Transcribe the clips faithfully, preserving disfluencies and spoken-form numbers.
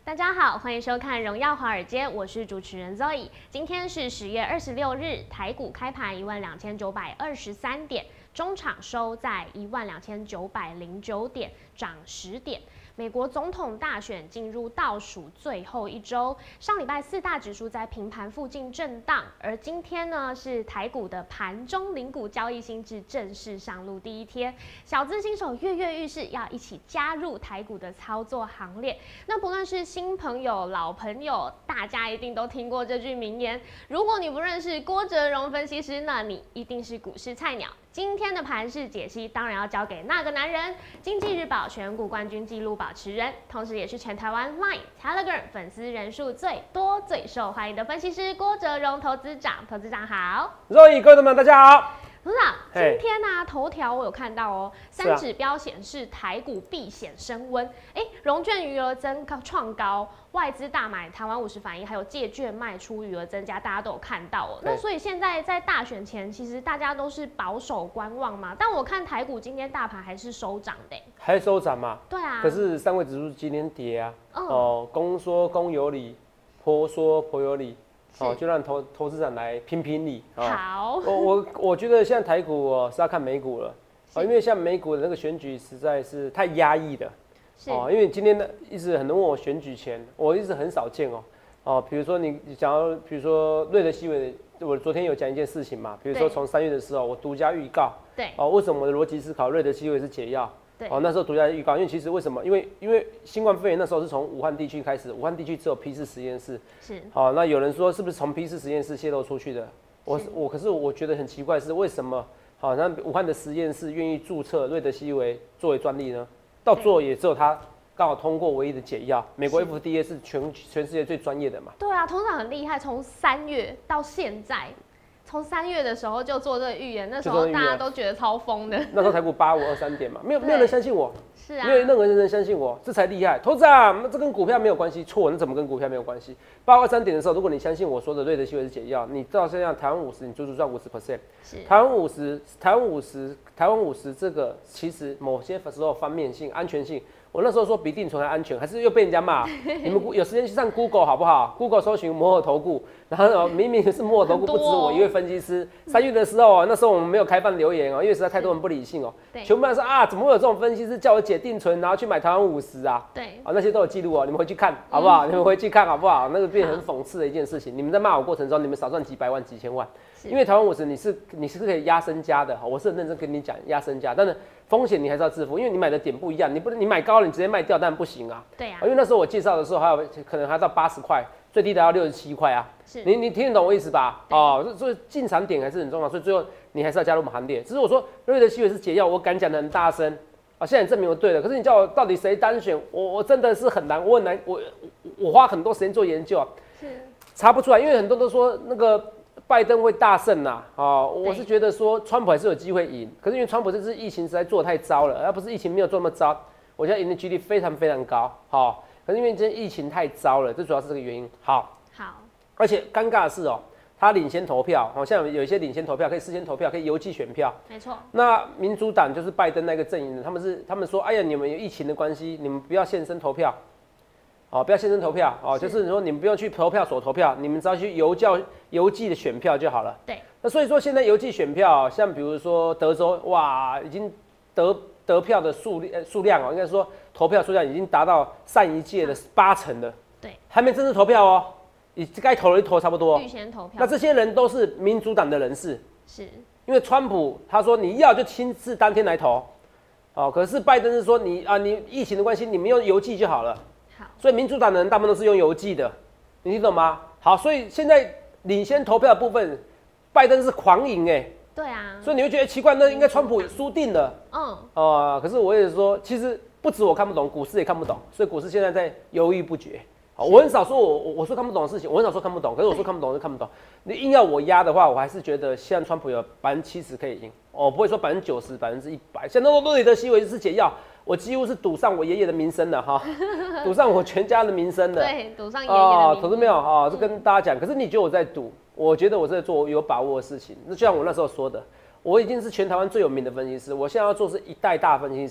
大家好，欢迎收看《荣耀华尔街》，我是主持人 Zoe。今天是十月二十六日，台股开盘一万两千九百二十三点，中场收在一万两千九百零九点，涨十点。美国总统大选进入倒数最后一周，上礼拜四大指数在平盘附近震荡，而今天呢是台股的盘中零股交易新制正式上路第一天，小资新手跃跃欲试，要一起加入台股的操作行列。那不论是新朋友、老朋友，大家一定都听过这句名言。如果你不认识郭哲荣分析师，那你一定是股市菜鸟。今天的盘势解析当然要交给那个男人，经济日报选股冠军纪录保持人，同时也是全台湾 Line、Telegram 粉丝人数最多、最受欢迎的分析师郭哲荣投资长。投资长好， 肉意各位朋友们大家好。 董事长，今天呢、啊、头条我有看到哦，三指标显示台股避险升温，哎、啊，融券余额增高创高，外资大买台湾五十反应，还有借券卖出余额增加，大家都有看到哦。那所以现在在大选前，其实大家都是保守观望嘛，但我看台股今天大盘还是收涨的， 还收涨嘛？ 对啊。 可是上柜指数今天跌啊， 嗯、 哦，公说公有理，婆说婆有理。哦，就让投投资人来评评理。 哦、好， 我我我觉得现在台股哦是要看美股了，哦，因为像美股的那个选举实在是太压抑了。哦，因为今天呢一直很多人问我选举前，我一直很少见哦。哦，比如说你讲到，比如说瑞德西韦，我昨天有讲一件事情嘛，比如说从三月的时候，我独家预告。对。哦，为什么我的逻辑思考瑞德西韦是解药？哦，那时候独家预告，因为其实为什么？因为因为新冠肺炎那时候是从武汉地区开始，武汉地区只有 P 四实验室。是。好、哦，那有人说是不是从 P 四实验室泄露出去的？我我可是我觉得很奇怪是为什么？好、哦，那武汉的实验室愿意注册瑞德西韦作为专利呢？到最后也只有他刚好通过唯一的解药。美国 F D A 是全全世界最专业的嘛？ 对啊，通常很厉害，从三月到现在。从三月的时候就做这个预言，那时候大家都觉得超疯的。 那时候台股八五二三点嘛，没有没有人相信我， 是啊， 没有任何人能相信我，这才厉害。投资啊，那这跟股票没有关系，错，那怎么跟股票没有关系？八五二三点的时候，如果你相信我说的瑞德西韦是解药，你到现在台湾五十，你足足赚五十 percent。台湾五十，台湾五十，台湾五十这个其实某些时候方面性、安全性。我那时候说比定存还安全，还是又被人家骂。你们有时间去上 Google 好不好 ？Google 搜寻摩尔投顾，然后明明是摩尔投顾，不止我一位分析师。三月的时候，那时候我们没有开放留言哦，因为实在太多人不理性哦。全部人说啊，怎么会有这种分析师叫我解定存，然后去买台湾五十啊？对，啊那些都有记录哦，你们回去看好不好？嗯、你们回去看好不好？那个变很讽刺的一件事情。你们在骂我过程中，你们少赚几百万、几千万，因为台湾五十你是你是可以压身家的，我是很认真跟你讲压身家，但是。风险你还是要自负，因为你买的点不一样，你不能你买高了你直接卖掉，当然不行啊。对啊，因为那时候我介绍的时候还有可能还到八十块，最低的要六十七块啊。是，你你听得懂我意思吧？哦，所以进场点还是很重要，所以最后你还是要加入我们行列。只是我说瑞德西韦是解药，我敢讲的很大声啊，现在证明我对了。可是你叫我到底谁单选，我我真的是很难，我很难，我我花很多时间做研究，是查不出来，因为很多都说那个。拜登会大胜呐、啊，哦，我是觉得说川普还是有机会赢，可是因为川普这次疫情实在做得太糟了，要不是疫情没有做那么糟，我觉得赢的几率非常非常高，好、哦，可是因为今天疫情太糟了，这主要是这个原因。好，好，而且尴尬的是哦，他领先投票，好、哦、像有一些领先投票可以事先投票，可以邮寄选票，没错。那民主党就是拜登那个阵营的，他们是他们说，哎呀，你们有疫情的关系，你们不要现身投票。哦，不要现身投票哦，是就是说你们不用去投票所投票，你们只要去邮教邮寄的选票就好了。对。那所以说现在邮寄选票，像比如说德州，哇，已经得得票的数量数量哦，应该说投票数量已经达到上一届的八成了。对。还没正式投票哦，你该投的投差不多。预先投票。那这些人都是民主党的人士。是。因为川普他说你要就亲自当天来投，哦，可是拜登是说你啊，你疫情的关系，你们用邮寄就好了。所以民主党的人大部分都是用邮寄的，你听懂吗？好，所以现在领先投票的部分，拜登是狂赢哎、欸。对啊。所以你会觉得奇怪，那应该川普输定了。嗯。哦、呃，可是我也说，其实不止我看不懂，股市也看不懂，所以股市现在在犹豫不决。我很少说我我说看不懂的事情，我很少说看不懂，可是我说看不懂就看不懂。你硬要我压的话，我还是觉得现在川普有百分之七十可以赢，我不会说百分之九十、百分之一百。像那个瑞德西韦是解药。我几乎是赌上我爷爷的名声的哈，赌上我全家的名声的。对，赌上爷爷的名声。哦，投资没有啊？这跟大家讲。可是你觉得我在赌？我觉得我在做有把握的事情。那就像我那时候说的，我已经是全台湾最有名的分析师，我现在要做是一代大分析师，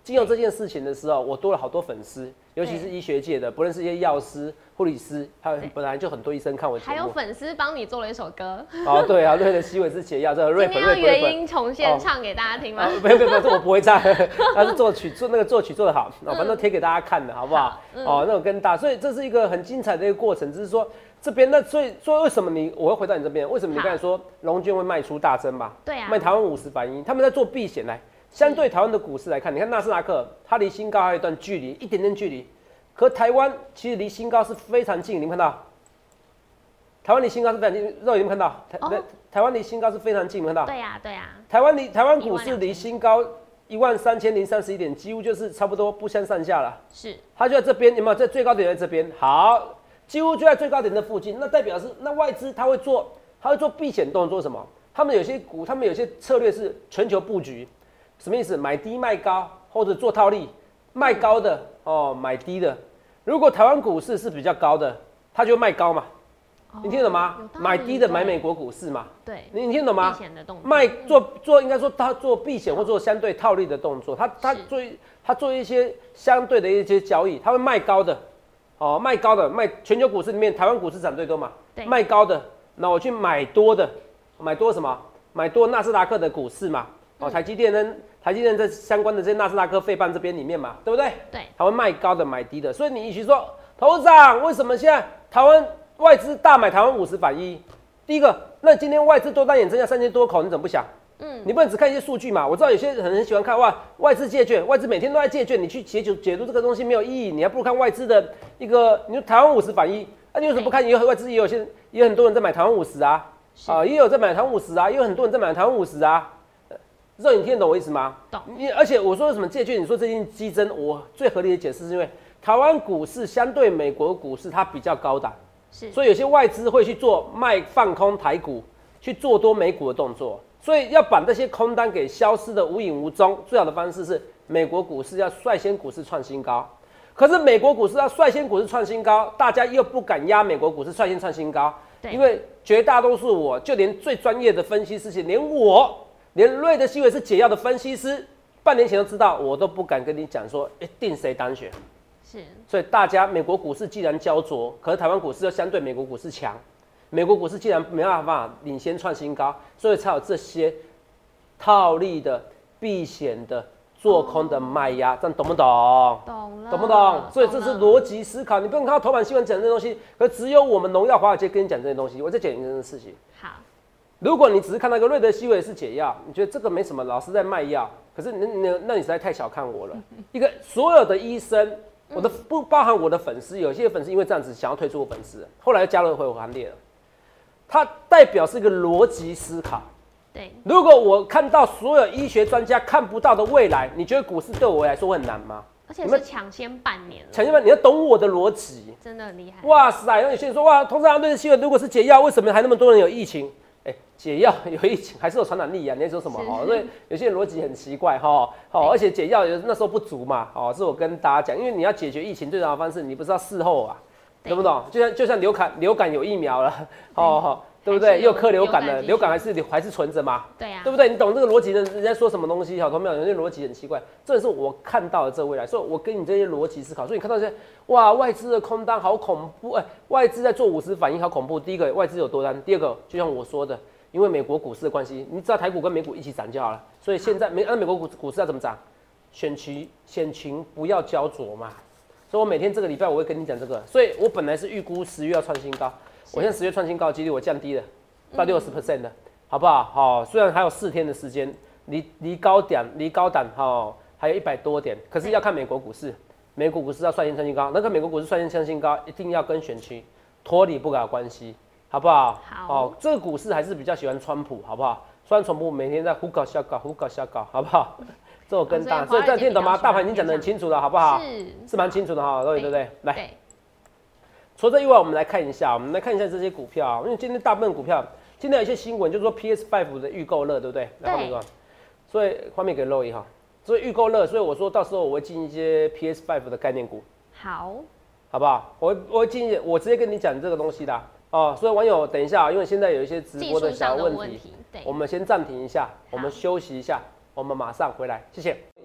经由这件事情的时候，我多了好多粉丝，尤其是医学界的，不论是一些药师、护理师，还有本来就很多医生看我节目， 还有粉丝帮你做了一首歌。 哦，对啊，对的，西韦是解药，这个 rap 今天要原音重现唱给大家听吗？ 没有没有没有，这我不会唱，他是作曲做那个作曲做得好，哦，反正贴给大家看的好不好？哦，那种跟大，所以这是一个很精彩的一个过程，只是说这边那所以说为什么你我会回到你这边？为什么你刚才说龙卷会卖出大增嘛？ 对啊， 卖台湾五十反应，他们在做避险来。相对台湾的股市来看，你看纳斯达克，它离新高还有一段距离，一点点距离。可台湾其实离新高是非常近，你们看到？台湾离新高是非常近，肉有没有看到？台、哦、台湾离新高是非常近，你们看到？ 对呀、啊，对呀、啊。 台湾离台湾股市离新高一万三千零三十一点，几乎就是差不多不相上下了。 是。它就在这边，有没有？在最高点在这边，好，几乎就在最高点的附近。那代表是那外资它会做，它会做避险动作，什么？他们有些股，他们有些策略是全球布局。什么意思？买低卖高，或者做套利，卖高的哦，买低的。如果台湾股市是比较高的，他就卖高嘛，哦、你听懂吗？买低的买美国股市嘛， 对， 你你听懂吗？ 避险的动作， 卖做做应该说他做避险或做相对套利的动作，他他做他做一些相对的一些交易，他会卖高的，哦，卖高的卖全球股市里面，台湾股市涨最多嘛，卖高的，那我去买多的，买多什么？买多纳斯达克的股市嘛。哦，台积电呢？台积电在相关的这些纳斯达克费半这边里面嘛，对不对？ 对， 它会卖高的买低的，所以你与其说头涨，为什么现在台湾外资大买台湾五十反一？第一个，那今天外资多单眼增加三千多口，你怎么不想？嗯，你不能只看一些数据嘛。我知道有些人很喜欢看哇，外资借券，外资每天都在借券，你去解解解读这个东西没有意义，你还不如看外资的一个，你说台湾五十反一，那、啊、你为什么不看？也有外资也有些也有很多人在买台湾五十啊，啊，也有在买台湾五十啊，也有很多人在买台湾五十啊。肉，你听得懂我意思吗？ 懂。 你而且我说什么借券，你说最近激增，我最合理的解释是因为台湾股市相对美国股市它比较高档，是，所以有些外资会去做卖放空台股，去做多美股的动作，所以要把这些空单给消失的无影无踪，最好的方式是美国股市要率先股市创新高。可是美国股市要率先股市创新高，大家又不敢压美国股市率先创新高，因为绝大多数我就连最专业的分析师，连我。连瑞德西韦是解药的分析师，半年前都知道，我都不敢跟你讲说一定谁当选。是，所以大家美国股市既然焦灼，可是台湾股市又相对美国股市强，美国股市既然没办法领先创新高，所以才有这些套利的、避险的、做空的卖压，这样懂不懂？ 懂了， 懂不懂？所以这是逻辑思考，你不用看到头版新闻讲这些东西，可只有我们荣耀华尔街跟你讲这些东西。我再讲一件事情。 好。 如果你只是看到一个瑞德西韦是解药，你觉得这个没什么，老师在卖药，可是你你那你实在太小看我了。一个所有的医生，我的不包含我的粉丝，有些粉丝因为这样子想要退出我粉丝，后来又加入回我行列了。它代表是一个逻辑思考。对，如果我看到所有医学专家看不到的未来，你觉得股市对我来说会很难吗？ 而且是抢先半年了， 抢先半年，你要懂我的逻辑， 真的很厉害。 哇塞！有些人说哇，通常瑞德西韦如果是解药，为什么还那么多人有疫情？哎、欸，解药有疫情还是有传染力啊？你在说什么？哦，所以有些人逻辑很奇怪哈。哦，而且解药有那时候不足嘛。哦，是我跟大家讲，因为你要解决疫情最好的方式，你不是要事后啊，懂不懂？就像就像流感，流感有疫苗了，哦哦，对不对？又克流感了，流感还是还是存着嘛？对呀、啊，对不对？你懂这个逻辑的人在说什么东西？好，同没有？有些逻辑很奇怪，这也是我看到的这个未来，所以我跟你这些逻辑思考，所以你看到这些哇，外资的空单好恐怖，哎、欸，外资在做五十反应好恐怖。第一个，外资有多单；第二个，就像我说的。因为美国股市的关系，你知道台股跟美股一起涨就好了。所以现在美按美国股股市要怎么涨？选期选情不要焦灼嘛。所以我每天这个礼拜我会跟你讲这个。所以我本来是预估十月要创新高，我现在十月创新高的几率我降低了到六十 percent 的，好不好？好，虽然还有四天的时间，离离高点离高档哈还有一百多点，可是要看美国股市，美国股市要率先创新高，那个美国股市率先创新高，一定要跟选区脱离不了关系。好不好？好哦，这个股市还是比较喜欢川普，好不好？虽然川普每天在胡搞瞎搞，胡搞瞎搞，好不好？这我跟大、哦，所以这样听懂吗？大盘已经讲得很清楚了，好不好？是是蛮清楚的哈，对不对？来，除了这以外，我们来看一下，我们来看一下这些股票，因为今天大部分股票，今天有一些新闻，就是说 P S 五 的预购热，对不对？来，画面所以画面给露一哈，所以预购热，所以我说到时候我会进一些 P S 五 的概念股，好，好不好？我会我会进，我直接跟你讲这个东西的。哦，所以网友等一下，因为现在有一些直播的小问题，我们先暂停一下，我们休息一下，我们马上回来，谢谢。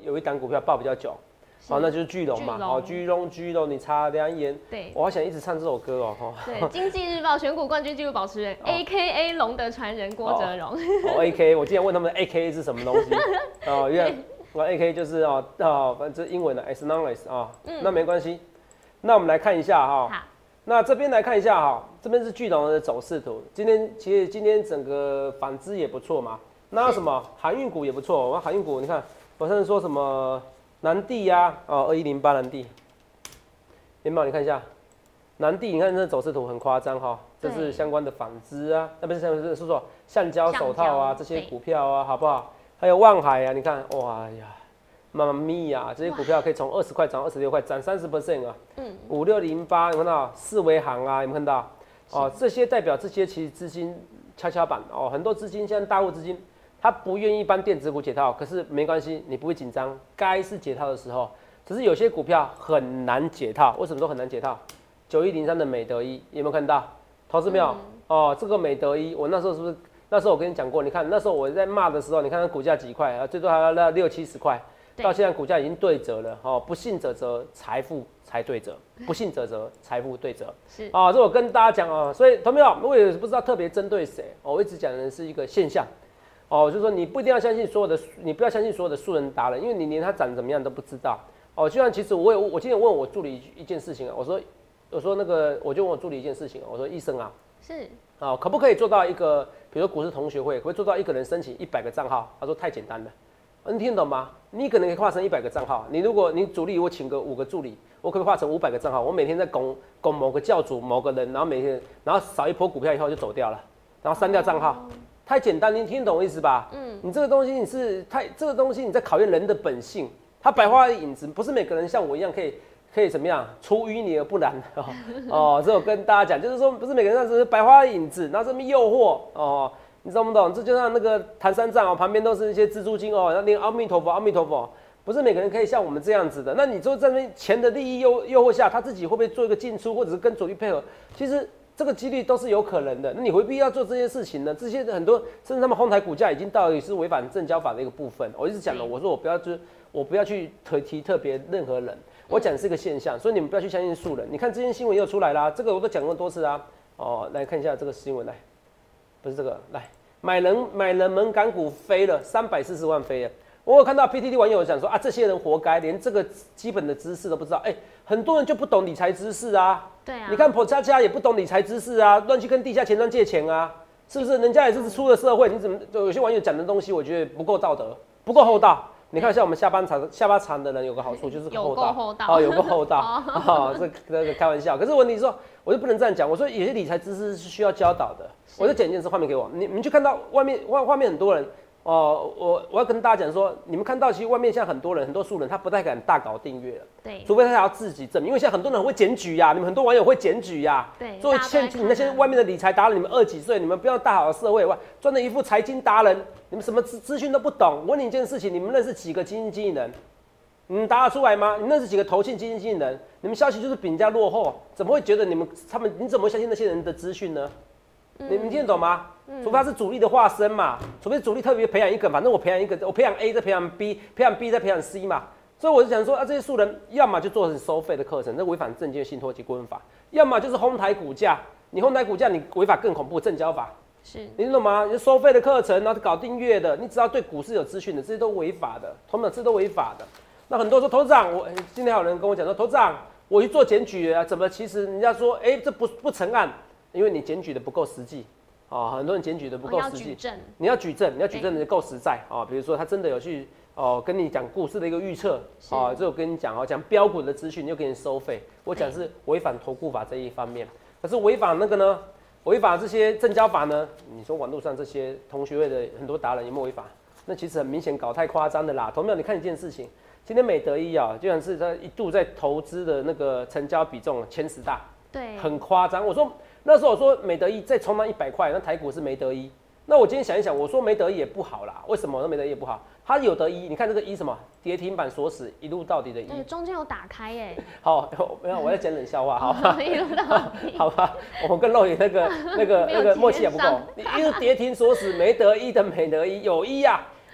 有一档股票抱比较久，好、哦，那就是巨龙嘛，好，巨龙巨龙，你擦亮眼。对，我好想一直唱这首歌哦。 对，经济日报选股冠军纪录保持人、哦、，A K A 龙的传人郭哲荣。 哦 ，A K A， 我今天问他们 A K A 是什么东西？哦，因为我 A K A 就是哦哦，反正英文的 as long as 啊，那没关系。那我们来看一下哈。好。那这边来看一下哈，这边是巨龙的走势图。今天其实今天整个纺织也不错嘛。那有什么航运股也不错，我航运股你看，我上次说什么南地呀、啊，哦，二一零八南地，联宝你看一下，南地你看这走势图很夸张哈，这是相关的纺织啊，那不是是是说橡胶手套啊这些股票啊，好不好？还有万海啊，你看哇呀。妈妈咪呀，这些股票可以从二十块涨二十六块，涨三十 percent 啊。嗯，五六零八有看到四维行啊，有没有看到？哦，这些代表这些其实资金跷跷板哦，很多资金像大户资金，他不愿意帮电子股解套，可是没关系，你不会紧张，该是解套的时候，只是有些股票很难解套，为什么说很难解套？九一零三的美德一有没有看到？投资没有？嗯、哦，这个美德一，我那时候是不是？那时候我跟你讲过，你看那时候我在骂的时候，你看它股价几块啊，最多还要到六七十块。到现在股价已经对折了，哦，不信者则财富才对折，不信者则财富对折。是啊，这我跟大家讲啊，所以同学们，我也不知道特别针对谁，我一直讲的是一个现象，哦，就是说你不一定要相信所有的，你不要相信所有的素人达人，因为你连他长怎么样都不知道。哦，就像其实我有，我今天问我助理一件事情啊，我说，我说那个，我就问我助理一件事情，我说医生啊，是啊，可不可以做到一个，比如说股市同学会，可不可以做到一个人申请一百个账号？他说太简单了。你听懂吗？你可能可以画成一百个账号。你如果你主力，我请个五个助理，我可以画成五百个账号。我每天在拱拱某个教主、某个人，然后每天，然后扫一波股票以后就走掉了，然后删掉账号，哦、太简单。你听懂我意思吧？嗯，你这个东西你是太这个东西你在考验人的本性。它白花的影子，不是每个人像我一样可以可以怎么样出淤泥而不染哦。哦，这我跟大家讲，就是说不是每个人只是白花的影子，然后这边诱惑哦。你懂不懂？这就像那个唐三藏哦，旁边都是一些蜘蛛精哦，然后念阿弥陀佛，阿弥陀佛，不是每个人可以像我们这样子的。那你说在那边钱的利益诱诱惑下，他自己会不会做一个进出，或者是跟主力配合？其实这个几率都是有可能的。那你何必要做这些事情呢？这些很多甚至他们哄抬股价已经到底是违反证交法的一个部分。我一直讲了，我说我不要就是我不要去提特别任何人，我讲的是一个现象，所以你们不要去相信素人。你看这件新闻又出来啦，这个我都讲过多次啊。哦，来看一下这个新闻来。不是这个，来买人买人门港股飞了三百四十万飞了。我有看到 P T T 网友讲说啊，这些人活该，连这个基本的知识都不知道。哎、欸，很多人就不懂理财知识啊。对啊。你看普恰恰也不懂理财知识啊，乱去跟地下钱庄借钱啊，是不是？人家也是出了社会，你怎么有些网友讲的东西，我觉得不够道德，不够厚道。你看，像我们下班长下巴长的人有个好处就是厚道，厚道哦，有个厚道哦，这这个开玩笑。可是问题说，我就不能这样讲。我说有些理财知识是需要教导的。我就剪一件事，画面给我，你你们去看到外面外外面很多人哦、呃，我我要跟大家讲说，你们看到其实外面现在很多人很多素人，他不太敢大搞订阅了，对，除非他要自己证明，因为现在很多人很会检举呀，你们很多网友会检举呀，对，作为欠你那些外面的理财达人，你们二几岁，你们不要大好的社会哇，装的一副财经达人，你们什么资资讯都不懂。我问你一件事情，你们认识几个基金经理人？你们答得出来吗？你认识几个投信基金经理人？你们消息就是比人家落后，怎么会觉得你们他们？你怎么会相信那些人的资讯呢？你们听得懂吗？嗯、除非他是主力的化身嘛，除非主力特别培养一个，反正我培养一个，我培养 A 再培养 B， 培养 B 再培养 C 嘛。所以我就想说啊，这些素人要么就做成收费的课程，这违反证券信托及顾问法；要么就是哄抬股价，你哄抬股价，你违法更恐怖，证交法。是，你听懂吗？收费的课程，然后搞订阅的，你只要对股市有资讯的，这些都违法的，同等这都违法的。那很多人说，头长，我今天有人跟我讲说，头长，我去做检举啊，怎么其实人家说，哎、欸，这不不成案。因为你检举的不够实际，哦，很多人检举的不够实际。你要举证，你要举证的够实在啊、哦。比如说他真的有去哦跟你讲故事的一个预测，哦，这我跟你讲哦，讲标股的资讯又给你收费，我讲是违反投顾法这一方面。可是违反那个呢，违反这些证交法呢？你说网络上这些同学会的很多达人有没有违法？那其实很明显搞太夸张的啦。同样，你看一件事情，今天美德一啊，就像是他一度在投资的那个成交比重前十大，对，很夸张。我说。那时候我说美德一再冲到一百块，那台股是没得一。那我今天想一想，我说没得一也不好啦。为什么？那没得一也不好，它有得一。你看这个一什么跌停板锁死一路到底的一， 对，中间有打开耶。 好，没有，我在讲冷笑话，好吧？一路到底，好吧？我们跟肉眼那个那个那个默契也不够，你一路跌停锁死没得一的美德一有一呀、啊。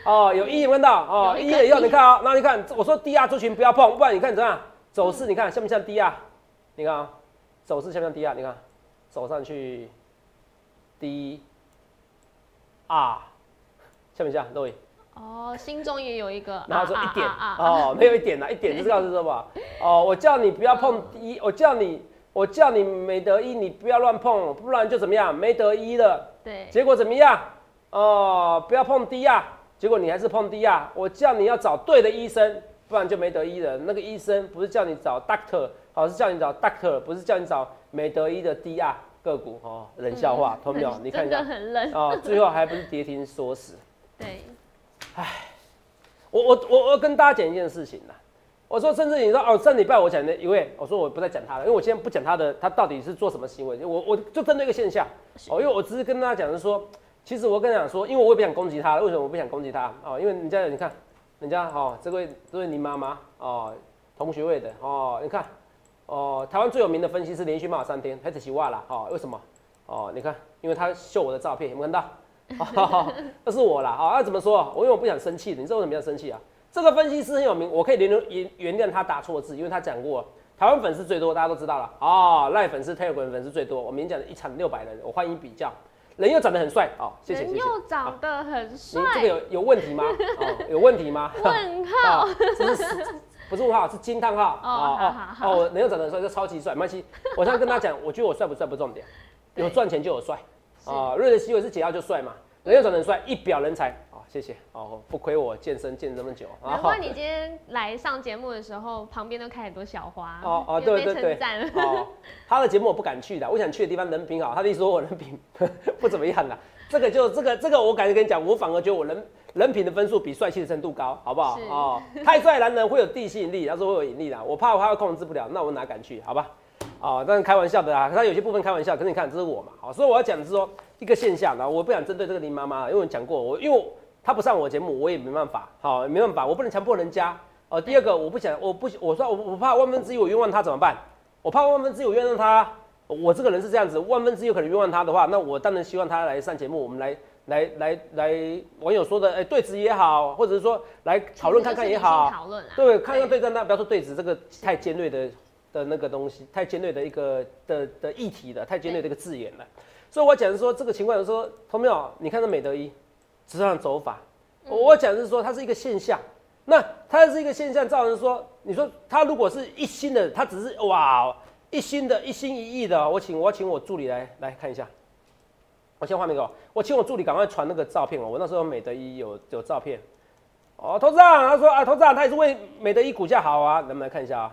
哦，有一有看到哦，一了以后你看啊，那你看我说低压族群不要碰，不然你看怎样走势？你看像不像低压？你看啊，走势像不像低压？你看走上去低啊，像不像？各位？ 哦，心中也有一个， 然后说一点哦，没有一点啦，一点就是告诉什么？哦，我叫你不要碰低，我叫你我叫你美德一，你不要乱碰，不然就怎么样？没得一了。 对。 结果怎么样？哦，不要碰低压，结果你还是碰低压。我叫你要找对的医生，不然就没得一了。那个医生不是叫你找 doctor， 好，是叫你找 doctor， 不是叫你找没得一的低压个股哦。冷笑话，同没有？你看一下， 真的很冷哦，最后还不是跌停锁死。 对。 唉，我我我我跟大家讲一件事情啦。我说，甚至你说哦，上礼拜我讲的一位，我说我不再讲他了，因为我今天不讲他的，他到底是做什么行为，我我就针对一个现象哦，因为我只是跟大家讲是说，其实我跟他讲说，因为我也不想攻击他，为什么我不想攻击他哦？因为人家你看，人家哦，这位这位林妈妈哦，同学位的哦，你看哦，台湾最有名的分析师连续骂我三天，还只洗袜啦哦，为什么？哦，你看，因为他秀我的照片，有没有看到？哦，那是我啦，哦，那怎么说？我因为我不想生气的，你知道为什么要生气啊？这个分析师很有名，我可以原原原谅他打错字，因为他讲过，台湾粉丝最多，大家都知道了哦，赖粉丝、Telegram 粉丝最多，我明讲的一场六百人，我欢迎比较，人又长得很帅哦，谢谢谢谢。 人又长得很帅， 你这个有有问题吗？哦，有问题吗？ 问号， 哦、这是不是问号？是惊叹号。 哦哦哦哦，人又长得很帅，就超级帅，没关系。我现在跟他讲，我觉得我帅不帅不重点，有赚钱就有帅啊。瑞德西韦是解药就帅嘛，人又长得很帅，一表人才。谢谢哦，不亏我健身健这么久。 难怪你今天来上节目的时候，旁边都开很多小花。 哦哦，对对对。哦，他的节目我不敢去的，我想去的地方人品好，他的意思说我人品不怎么样啦。这个就这个这个，我敢跟你讲，我反而觉得我人人品的分数比帅气的程度高，好不好？哦，太帅男人会有地吸引力，他说会有引力啦，我怕他会控制不了，那我哪敢去？好吧？哦，但是开玩笑的啦，他有些部分开玩笑，可是你看这是我嘛，好，所以我要讲的是说一个现象啦，我不想针对这个林妈妈，因为我讲过，我因为我。他不上我节目，我也没办法，好，没办法，我不能强迫人家。哦，第二个，我不想，我不，我说我我怕万分之一我冤枉他怎么办？我怕万分之一我冤枉他，我这个人是这样子，万分之一有可能冤枉他的话，那我当然希望他来上节目，我们来来来来，网友说的，哎、欸，对质也好，或者是说来讨论看看也好， 讨论对，看看对战，那不要说对质，这个太尖锐的的那个东西，太尖锐的一个的的议题了，太尖锐的一个字眼了。所以我讲是说这个情况，说同没有？你看这美德一。直上走法，我讲的是说它是一个现象，那它是一个现象，造成说，你说它如果是一心的，它只是哇一心的、一心一意的，我请我请我助理来来看一下，我先画面给我，我请我助理赶快传那个照片哦，我那时候美德一有有照片，哦，投资长他说啊，投资长他也是为美德一股价好啊，能不能来看一下啊？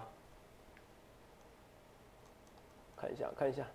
看一下看一下，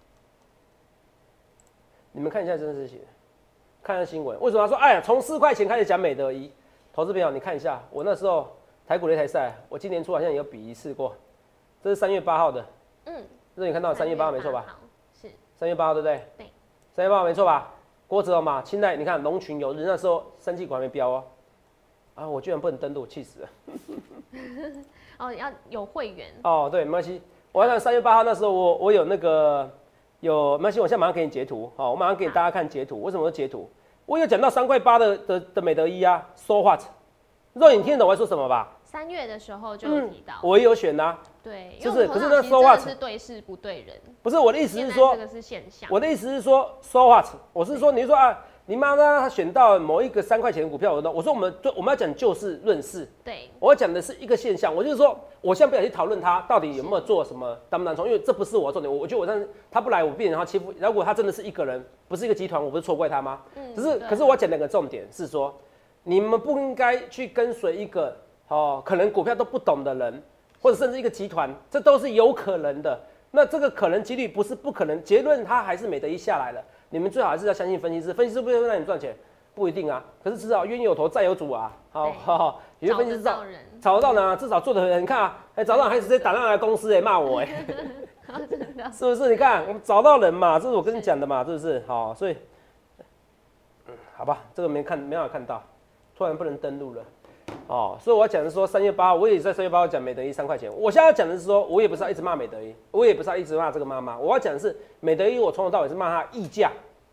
你们看一下这件事情。看一下新闻，为什么他说哎呀，从四块钱开始讲美德一？投资朋友，你看一下，我那时候台股擂台赛，我今年初好像有比一次过，这是三月八号的，嗯，这你看到三月八号没错吧？ 是三月八号对不对？ 对， 三月八号没错吧？郭哲嘛，清代你看龙群有日那时候生技股还没标哦，啊，我居然不能登录，气死了。 哦，要有会员哦，对，没关系，我看三月八号那时候我我有那个。有，没关系，我现在马上给你截图，好，我马上给大家看截图。为什么截图？我有讲到三块八的的的美德一啊 ，so what？ 肉眼听得懂我在说什么吧？ 三月的时候就有提到， 嗯、我也有选呐、啊， 对， 就是，可是那 so what 是对事不对人， 不是我的意思是说， 这个是现象。 我的意思是说 so what？ 我是说，你说啊，你妈妈她选到某一个三块钱的股票，我说我们就我们要讲就事论事， 对， 我要讲的是一个现象，我就是说。我现在不想去讨论他到底有没有做什么当不当冲，因为这不是我的重点。我我觉得我但是他不来，我避免他欺负。如果他真的是一个人，不是一个集团，我不是错怪他吗？嗯，只是可是我要讲两个重点是说，你们不应该去跟随一个哦，可能股票都不懂的人，或者甚至一个集团，这都是有可能的。那这个可能几率不是不可能，结论他还是美德一下来了。你们最好还是要相信分析师，分析师不会让你赚钱。不一定啊，可是至少冤有头债有主啊，好好好，有些分析师找找得到呢，至少做的很，你看啊，哎、欸，找到还直接打电话来公司哎骂我哎、欸，是不是？你看我们找到人嘛，这是我跟你讲的嘛，是不是？好，所以，嗯，好吧，这个没看没办法看到，突然不能登录了，哦，所以我要讲的是说三月八号，我也在三月八号讲美德一三块钱，我现在要讲的是说，我也不是要一直骂美德一，我也不是要一直骂这个妈妈，我要讲的是美德一，我从头到尾是骂他溢价。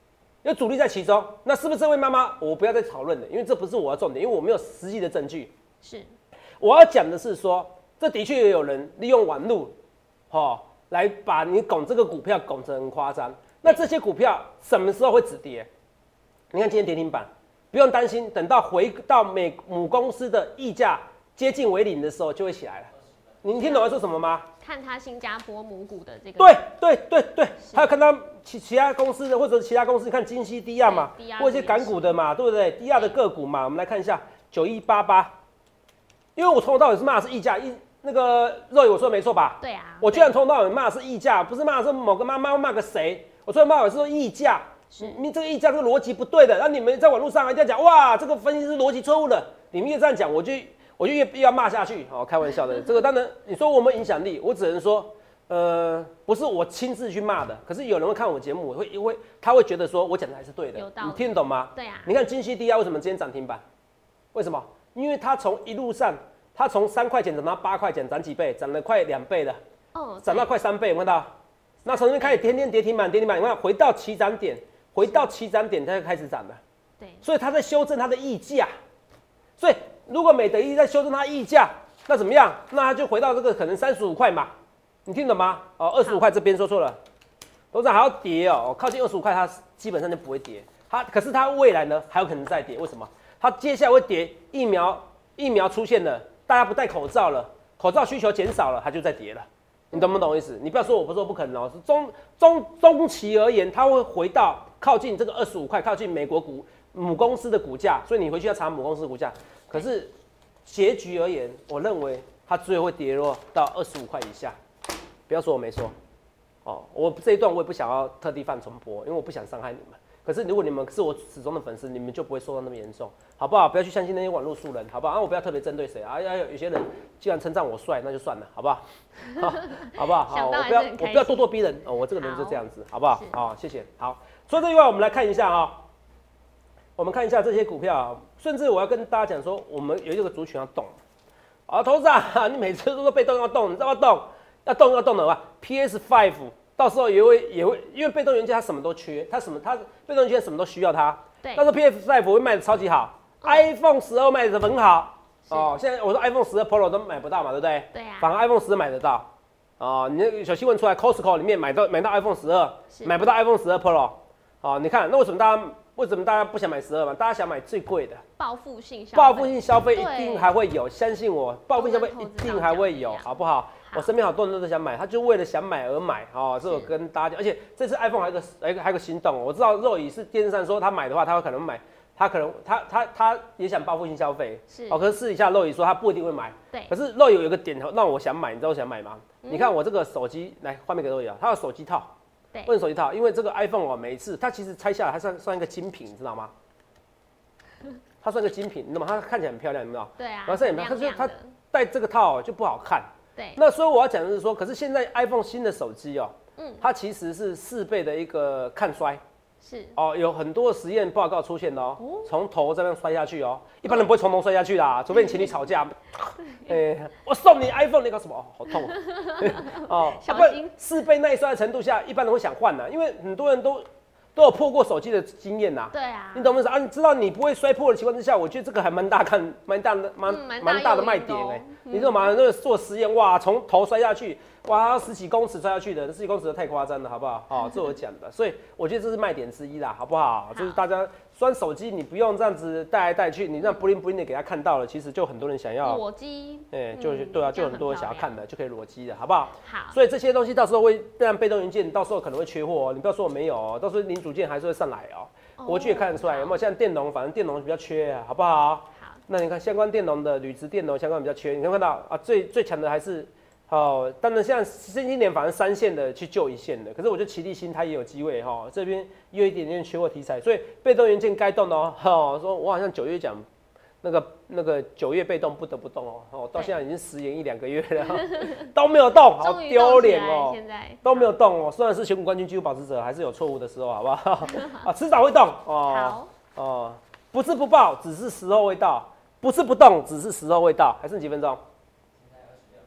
有主力在其中，那是不是这位妈妈？我不要再讨论了，因为这不是我的重点，因为我没有实际的证据。 是， 我要讲的是说，这的确也有人利用网路，哦，来把你拱这个股票拱成很夸张。那这些股票什么时候会止跌？你看今天跌停板，不用担心，等到回到美母公司的溢价接近为零的时候，就会起来了。您听懂我说什么吗？ 看他新加坡母股的这个， 对对对对，还有看到其其他公司的或者其他公司，你看金溪、低亚嘛，或者一些港股的嘛，对不对？低亚的个股嘛，我们来看一下九一八八，因为我从头到尾是骂的是溢价，一那个肉友我说的没错吧？ 对啊， 我居然从头到尾骂的是溢价，不是骂的是某个妈妈骂个谁，我从头到尾是说溢价，你这个溢价这个逻辑不对的，那你们在网络上一定要讲哇，这个分析师逻辑错误了，你们越这样讲，我就。我就越越要骂下去，哦，开玩笑的。这个当然，你说我们影响力，我只能说，呃，不是我亲自去骂的。可是有人会看我节目，会会他会觉得说我讲的还是对的，你听得懂吗？ 对啊。 你看金溪低压为什么今天涨停板？为什么？因为它从一路上，它从三块钱涨到八块钱，涨几倍？涨了快两倍了。哦。涨到快三倍，有没有看到？那从那边开始天天跌停板，跌停板，你看回到起涨点，回到起涨点，它就开始涨了。 对。所以它在修正它的溢价，所以。如果美德一在修正它溢价，那怎么样？那它就回到这个可能三十五块嘛，你听懂吗？哦，二十五块这边说错了，董事长还要跌哦，靠近二十五块它基本上就不会跌，它可是它未来呢还有可能再跌，为什么？它接下来会跌，疫苗疫苗出现了，大家不戴口罩了，口罩需求减少了，它就再跌了，你懂不懂意思？你不要说我不是说不可能哦，是中中中期而言，它会回到靠近这个二十五块，靠近美国股母公司的股价，所以你回去要查母公司的股价。可是结局而言，我认为它最后会跌落到二十五块以下。不要说我没说，哦，我这一段我也不想要特地放重播，因为我不想伤害你们。可是如果你们是我始终的粉丝，你们就不会受到那么严重，好不好？不要去相信那些网络素人，好不好？啊，我不要特别针对谁啊，有有些人既然称赞我帅，那就算了，好不好？好，好不好？好，我不要我不要咄咄逼人哦，我这个人就这样子，好不好？好，谢谢。好，除了这以外，我们来看一下啊。我们看一下这些股票，甚至我要跟大家讲说，我们有一个族群要动。啊，投资啊，你每次都说被动要动，你知道要动，要动要动的话 ，P S 五 到时候也会也会，因为被动元件它什么都缺，它什么它被动元件什么都需要它。对。到时候 P S 五 会卖的超级好、嗯、，iPhone 十二卖的很好。哦，现在我说 iPhone 十二 Pro 都买不到嘛，对不对？对啊。反而 iPhone 十二买得到。哦，你那小新闻出来 ，Costco 里面买到买到 iPhone 十二，买不到 iPhone 十二 Pro。哦，你看那为什么大家？为什么大家不想买十二嘛？大家想买最贵的。 报复性消费。 报复性消费一定还会有，相信我，报复性消费一定还会有，好不好？好，我身边好多人都想买，他就为了想买而买哦。这我跟大家讲，而且这次 iPhone 还有个还有个还有个心动，我知道肉乙是电视上说他买的话，他会可能买，他可能他他他也想报复性消费，是哦。可是私底下肉乙说他不一定会买，对。可是肉乙有一个点让我想买，你知道我想买吗？嗯、你看我这个手机，来画面给肉乙啊，它有手机套。为什么手机套？因为这个 iPhone 哦，每一次它其实拆下来，它算算一个精品，你知道吗？它算一个精品，你知道吗？它看起来很漂亮，你知道？对啊。然后这很漂亮，它就它戴这个套就不好看。对。那所以我要讲的是说，可是现在 iPhone 新的手机哦，嗯，它其实是四倍的一个抗摔。是。哦，有很多实验报告出现的哦，从头这样摔下去哦，一般人不会从头摔下去啦，除非你情侣吵架。欸、我送你 iPhone， 你搞什么？哦，好痛哦！小心，四倍耐摔的程度下，一般人会想换的，因为很多人都都有破过手机的经验呐。对啊，你懂不懂啊？你知道你不会摔破的情况之下，我觉得这个还蛮大看，蛮大的，蛮蛮、嗯、大的卖点哎、欸。嗯、你知道吗？那个做实验，哇，从头摔下去，哇，要十几公尺摔下去的，十几公尺的太夸张了，好不好？哦，这我讲的，所以我觉得这是卖点之一啦，好不好？好就是大家。虽然手机你不用这样子带来带去，你这样 bling bling 的给他看到了，其实就很多人想要裸机，哎、欸，就、嗯、对啊，就很多人想要看的，就可以裸机的，好不好？好。所以这些东西到时候会让被动元件到时候可能会缺货、喔，你不要说我没有哦、喔，到时候零组件还是会上来哦、喔。国巨也看得出来，有没有？像电容，反正电容比较缺啊，好不好？好。那你看相关电容的铝质电容相关比较缺，你看看到啊，最最强的还是。哦，当然像今年反正三线的去救一线的，可是我觉得奇力新它也有机会哈、哦，这边也有一点点缺货题材，所以被动元件该动的哦。哦说我好像九月讲那个那个九月被动不得不动哦，哦到现在已经食言一两个月了，都没有动，好丢脸哦，现在都没有动哦。虽然是选股冠军纪录保持者，还是有错误的时候，好不好？啊，迟早会动哦。好哦，不是不报，只是时候未到；不是不动，只是时候未到。还剩几分钟？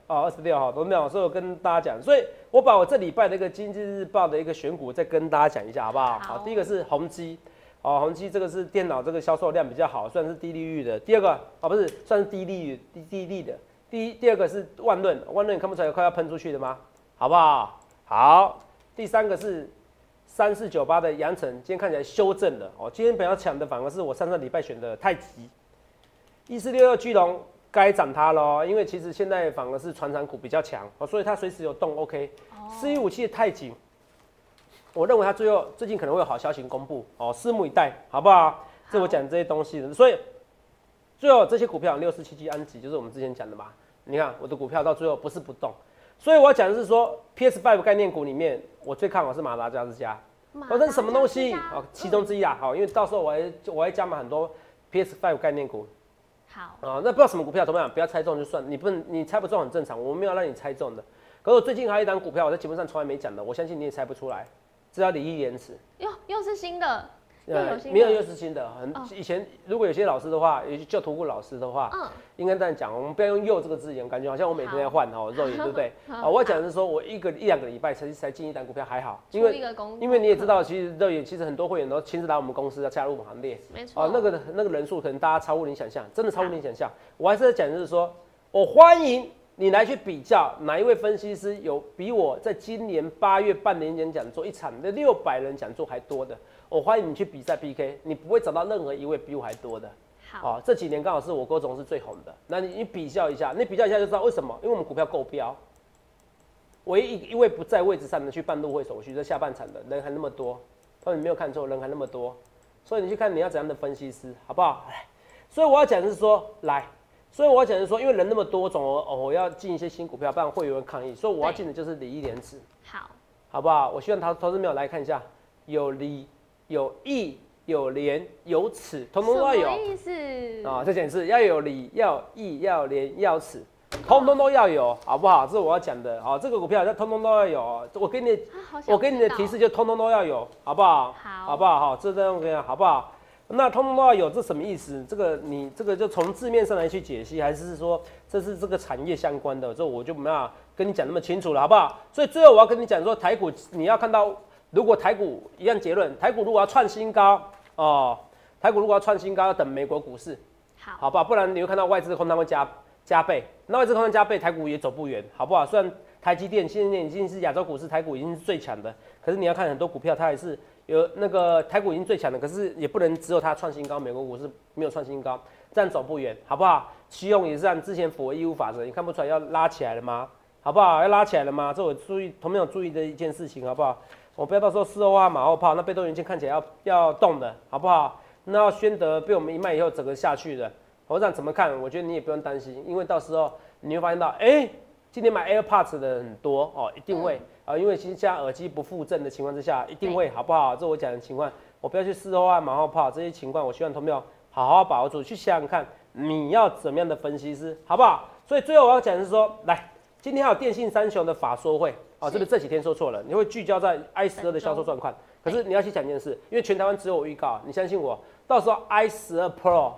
哦，二十六号都没有，所以我跟大家讲，所以我把我这礼拜的一个经济日报的一个选股再跟大家讲一下，好不好？好，第一个是宏基，哦，宏基这个是电脑这个销售量比较好，算是低利率的。第二个哦，不是，算是低利率、低低利的。第一、第二个是万润，万润你看不出来快要喷出去的吗？好不好？好。第三个是三四九八的阳城，今天看起来修正了哦。今天比较强的反而是我上上礼拜选的太极，一四六二巨龙。该涨它咯，因为其实现在反而是传产股比较强，所以它随时有动 OK。四一五七的太极，我认为它最后最近可能会有好消息公布哦，拭目以待，好不好？这我讲这些东西的，所以最后这些股票六四七七安吉就是我们之前讲的嘛。你看我的股票到最后不是不动，所以我要讲的是说 P S 五 概念股里面，我最看好是马达加之家。哦，这是什么东西？哦，其中之一啦。好，因为到时候我还我还加码很多 P S 五 概念股。 好啊，那不知道什么股票怎么样，不要猜中就算，你不能你猜不中很正常，我没有让你猜中的。可是我最近还有一档股票，我在节目上从来没讲的，我相信你也猜不出来，这叫礼义廉耻。 哟，又是新的，又有新的， 没有又是新的。很、哦、以前如果有些老师的话，有些教图库老师的话，嗯，应该这样讲，我们不要用又这个字眼，感觉好像我每天在换哦肉眼，对不对？啊，我要讲的是说我一个一两个礼拜才才进一档股票还好，因为因为你也知道，其实肉眼其实很多会员都亲自来我们公司要加入我们行列， 没错。 啊，那个那个人数可能大家超乎你想象，真的超乎你想象。我还是在讲就是说，我欢迎你来去比较哪一位分析师有比我在今年八月半年前讲座一场的六百人讲座还多的，我欢迎你去比赛 P K， 你不会找到任何一位比我还多的。好，哦，这几年刚好是我郭总是最红的，那你你比较一下，你比较一下就知道为什么，因为我们股票够标，唯一一位不在位置上的去办入会手续，这下半场的人还那么多，他们没有看错，人还那么多，所以你去看你要怎样的分析师，好不好？所以我要讲的是说，来。所以我要讲的是说，因为人那么多，总哦我要进一些新股票，不然会有人抗议，所以我要进的就是礼义廉耻， 好， 好不好？我希望投投资朋友来看一下，有礼、有义、有廉、有耻，统统都要有。 什么意思？ 啊，再讲一次，要有礼、要有义、要有廉、要有耻，通通都要有，好不好？这是我要讲的。好，这个股票要通通都要有。我给你，啊、我给你的提示就通通都要有，好不好？ 好， 好不好？好，这这样我跟你讲，好不好？那通通都要有，这什么意思？这个你这个就从字面上来去解析，还是说这是这个产业相关的？这我就没办法跟你讲那么清楚了，好不好？所以最后我要跟你讲说，台股你要看到，如果台股一样结论，台股如果要创新高哦，台股如果要创新高，要等美国股市， 好， 好不好？不然你会看到外资的空单会加加倍，那外资空单加倍，台股也走不远，好不好？虽然台积电现在已经是亚洲股市，台股已经是最强的，可是你要看很多股票，它还是。有那个台股已经最强的，可是也不能只有它创新高，美国股市没有创新高，这样走不远，好不好？期用也是按之前符合义务法则，你看不出来要拉起来了吗？好不好？要拉起来了吗？这我注意，同没有注意的一件事情，好不好？我不要到时候事后啊马后炮，那被动元件看起来要要动的，好不好？那宣德被我们一卖以后整个下去的，我想怎么看？我觉得你也不用担心，因为到时候你会发现到，哎、欸，今天买 AirPods 的很多哦，一定会。嗯啊，因为其实现在耳机不附赠的情况之下，一定会好不好？这我讲的情况，我不要去事后啊、马后炮这些情况，我希望同学们好好把握住，去想想看你要怎么样的分析师，好不好？所以最后我要讲的是说，来，今天还有电信三雄的法说会，啊，这个这几天说错了，你会聚焦在 i 十二的销售状况，可是你要去讲一件事，因为全台湾只有我预告，你相信我，到时候 i 十二 Pro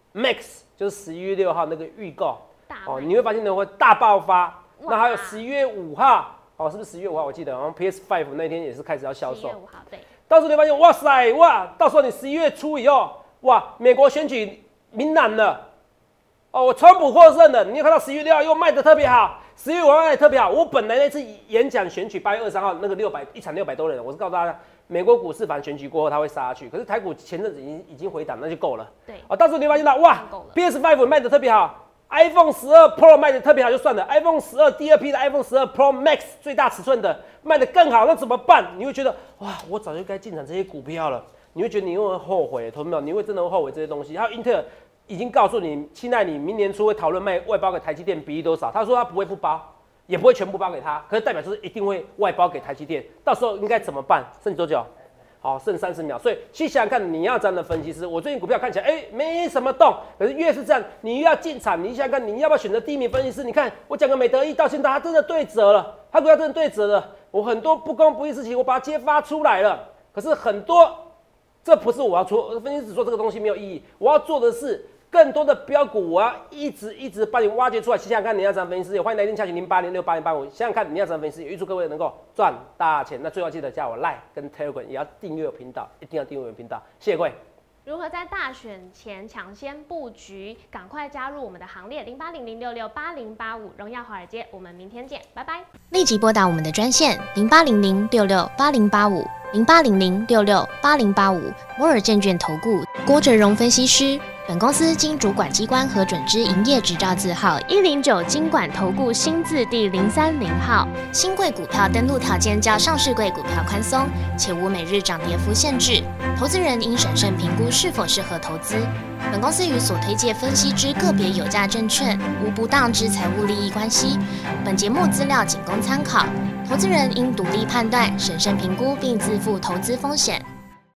Max 就是十一月六号那个预告，哦，你会发现呢会大爆发，那还有十一月五号。哦，是不是十月五号？我记得，然后 P S 五 那天也是开始要销售。十月五号，对。到时候你发现，哇塞，哇，到时候你十一月初以后，哇，美国选举明朗了，哦，我川普获胜了，你有看到十一月六号又卖得特别好，十月五号卖得特别好。我本来那次演讲选举八月二十三号那个六百一场六百多人，我是告诉大家，美国股市反正选举过后它会杀下去，可是台股前阵子已经已经回档，那就够了。对。哦，到时候你发现到，哇 ，P S 五 卖得特别好。iPhone 十二 Pro 卖的特别好就算了 ，iPhone 十二第二批的 iPhone 十二 Pro Max 最大尺寸的卖的更好，那怎么办？你会觉得哇，我早就该进场这些股票了。你会觉得你会后悔，同没有？你会真的会后悔这些东西。还有英特尔已经告诉你，现在你明年初会讨论卖外包给台积电比例多少？他说他不会不包，也不会全部包给他，可是代表就是一定会外包给台积电。到时候应该怎么办？剩多久？好，剩三十秒，所以去想想看，你要这样的分析师。我最近股票看起来，哎、欸，没什么动，可是越是这样，你越要进场。你想想看，你要不要选择第一名分析师？你看，我讲个美德意到现在，他真的对折了，他股票真的对折了。我很多不公不义事情，我把它揭发出来了。可是很多，这不是我要做分析师做这个东西没有意义。我要做的是更多的标股，我要一直一直帮你挖掘出来。想想看，你要涨分析师，也欢迎来电洽询零八零六八零八五。想想看，你要涨分析师，也预祝各位能够赚大钱。那最后记得加我 Line 跟 Telegram， 也要订阅我频道，一定要订阅我的频道。谢谢各位。 如何在大选前抢先布局？赶快加入我们的行列，零八零零六六八零八五，荣耀华尔街。我们明天见，拜拜。 立即拨打我们的专线零八零零六六八零八五零八零零六六八零八五，摩尔证券投顾郭哲荣分析师。本公司经主管机关核准之营业执照字号一零九金管投顾新字第零三零号。新贵股票登录条件较上市贵股票宽松，且无每日涨跌幅限制。投资人应审慎评估是否适合投资。本公司与所推介分析之个别有价证券无不当之财务利益关系。本节目资料仅供参考，投资人应独立判断、审慎评估并自负投资风险。